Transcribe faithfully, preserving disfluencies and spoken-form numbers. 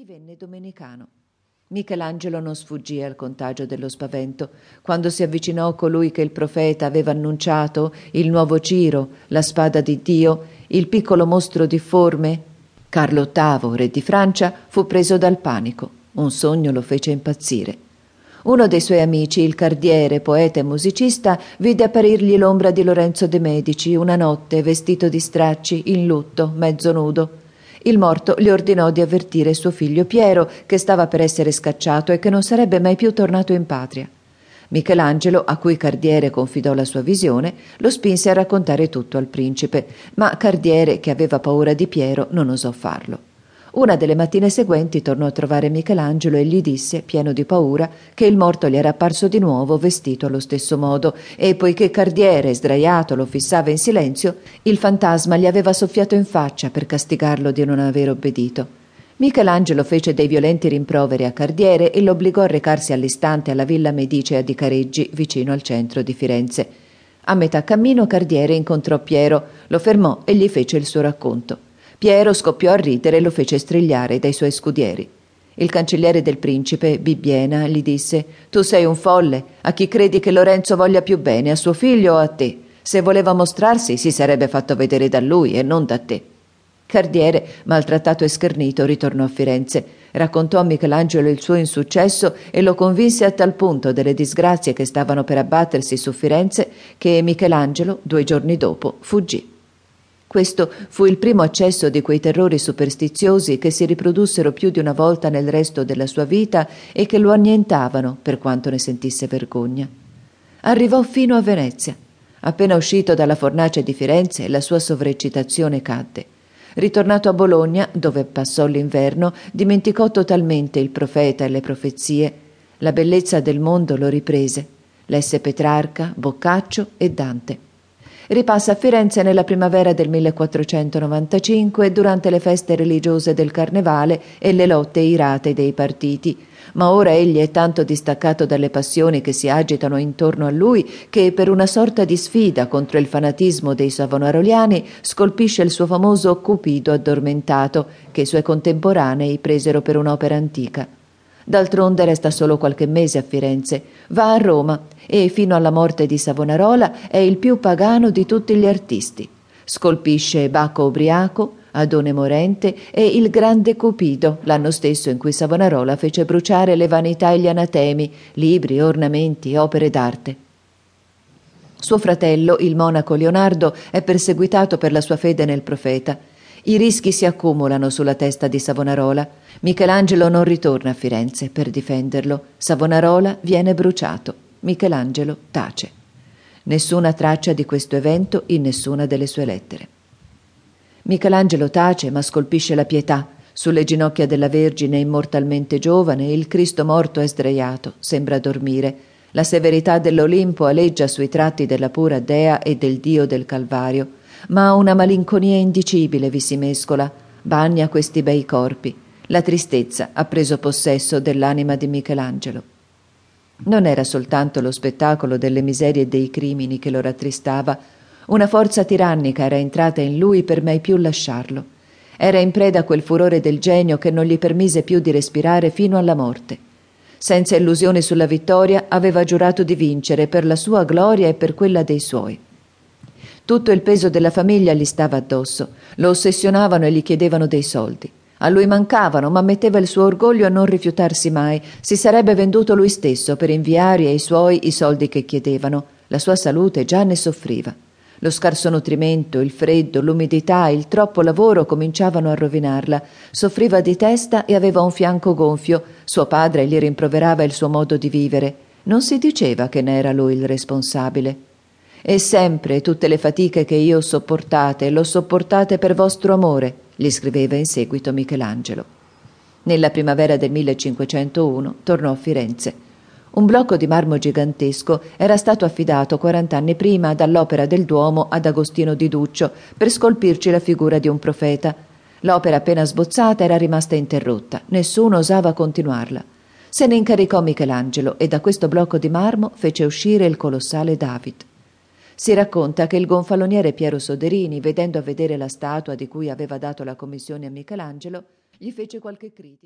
divenne domenicano. Michelangelo non sfuggì al contagio dello spavento. Quando si avvicinò colui che il profeta aveva annunciato, il nuovo Ciro, la spada di Dio, il piccolo mostro difforme, Carlo ottavo, re di Francia, fu preso dal panico. Un sogno lo fece impazzire. Uno dei suoi amici, il cardiere, poeta e musicista, vide apparirgli l'ombra di Lorenzo de' Medici una notte, vestito di stracci, in lutto, mezzo nudo. Il morto gli ordinò di avvertire suo figlio Piero, che stava per essere scacciato e che non sarebbe mai più tornato in patria. Michelangelo, a cui Cardiere confidò la sua visione, lo spinse a raccontare tutto al principe, ma Cardiere, che aveva paura di Piero, non osò farlo. Una delle mattine seguenti tornò a trovare Michelangelo e gli disse, pieno di paura, che il morto gli era apparso di nuovo vestito allo stesso modo e, poiché Cardiere, sdraiato, lo fissava in silenzio, il fantasma gli aveva soffiato in faccia per castigarlo di non aver obbedito. Michelangelo fece dei violenti rimproveri a Cardiere e lo obbligò a recarsi all'istante alla villa medicea di Careggi, vicino al centro di Firenze. A metà cammino Cardiere incontrò Piero, lo fermò e gli fece il suo racconto. Piero scoppiò a ridere e lo fece strigliare dai suoi scudieri. Il cancelliere del principe, Bibbiena, gli disse: «Tu sei un folle. A chi credi che Lorenzo voglia più bene, a suo figlio o a te? Se voleva mostrarsi, si sarebbe fatto vedere da lui e non da te». Cardiere, maltrattato e schernito, ritornò a Firenze. Raccontò a Michelangelo il suo insuccesso e lo convinse a tal punto delle disgrazie che stavano per abbattersi su Firenze che Michelangelo, due giorni dopo, fuggì. Questo fu il primo accesso di quei terrori superstiziosi che si riprodussero più di una volta nel resto della sua vita e che lo annientavano, per quanto ne sentisse vergogna. Arrivò fino a Venezia. Appena uscito dalla fornace di Firenze, la sua sovreccitazione cadde. Ritornato a Bologna, dove passò l'inverno, dimenticò totalmente il profeta e le profezie. La bellezza del mondo lo riprese. Lesse Petrarca, Boccaccio e Dante. Ripassa a Firenze nella primavera del millequattrocentonovantacinque durante le feste religiose del Carnevale e le lotte irate dei partiti, ma ora egli è tanto distaccato dalle passioni che si agitano intorno a lui che per una sorta di sfida contro il fanatismo dei savonaroliani scolpisce il suo famoso Cupido addormentato, che i suoi contemporanei presero per un'opera antica. D'altronde resta solo qualche mese a Firenze, va a Roma e fino alla morte di Savonarola è il più pagano di tutti gli artisti. Scolpisce Bacco ubriaco, Adone morente e il grande Cupido, l'anno stesso in cui Savonarola fece bruciare le vanità e gli anatemi, libri, ornamenti, opere d'arte. Suo fratello, il monaco Leonardo, è perseguitato per la sua fede nel profeta. I rischi si accumulano sulla testa di Savonarola. Michelangelo non ritorna a Firenze per difenderlo. Savonarola viene bruciato. Michelangelo tace. Nessuna traccia di questo evento in nessuna delle sue lettere. Michelangelo tace, ma scolpisce la pietà. Sulle ginocchia della Vergine immortalmente giovane, il Cristo morto è sdraiato, sembra dormire. La severità dell'Olimpo aleggia sui tratti della pura Dea e del Dio del Calvario. Ma una malinconia indicibile vi si mescola, bagna questi bei corpi. La tristezza ha preso possesso dell'anima di Michelangelo. Non era soltanto lo spettacolo delle miserie e dei crimini che lo rattristava. Una forza tirannica era entrata in lui per mai più lasciarlo. Era in preda a quel furore del genio che non gli permise più di respirare fino alla morte. Senza illusioni sulla vittoria, aveva giurato di vincere per la sua gloria e per quella dei suoi. Tutto il peso della famiglia gli stava addosso, lo ossessionavano e gli chiedevano dei soldi. A lui mancavano, ma metteva il suo orgoglio a non rifiutarsi mai. Si sarebbe venduto lui stesso per inviare ai suoi i soldi che chiedevano. La sua salute già ne soffriva. Lo scarso nutrimento, il freddo, l'umidità, il troppo lavoro cominciavano a rovinarla. Soffriva di testa e aveva un fianco gonfio. Suo padre gli rimproverava il suo modo di vivere. Non si diceva che ne era lui il responsabile. «E sempre tutte le fatiche che io ho sopportate, l'ho sopportate per vostro amore», gli scriveva in seguito Michelangelo. Nella primavera del millecinquecentouno tornò a Firenze. Un blocco di marmo gigantesco era stato affidato quarant'anni prima dall'Opera del Duomo ad Agostino di Duccio per scolpirci la figura di un profeta. L'opera appena sbozzata era rimasta interrotta, nessuno osava continuarla. Se ne incaricò Michelangelo e da questo blocco di marmo fece uscire il colossale David. Si racconta che il gonfaloniere Piero Soderini, vedendo a vedere la statua di cui aveva dato la commissione a Michelangelo, gli fece qualche critica.